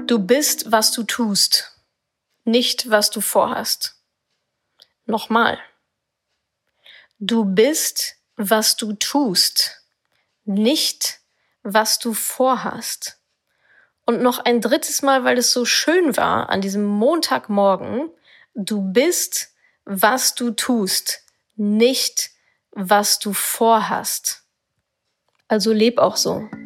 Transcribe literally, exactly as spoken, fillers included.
Du bist, was du tust, nicht was du vorhast. Nochmal. Du bist, was du tust, nicht was du vorhast. Und noch ein drittes Mal, weil es so schön war an diesem Montagmorgen. Du bist, was du tust, nicht was du vorhast. Also leb auch so.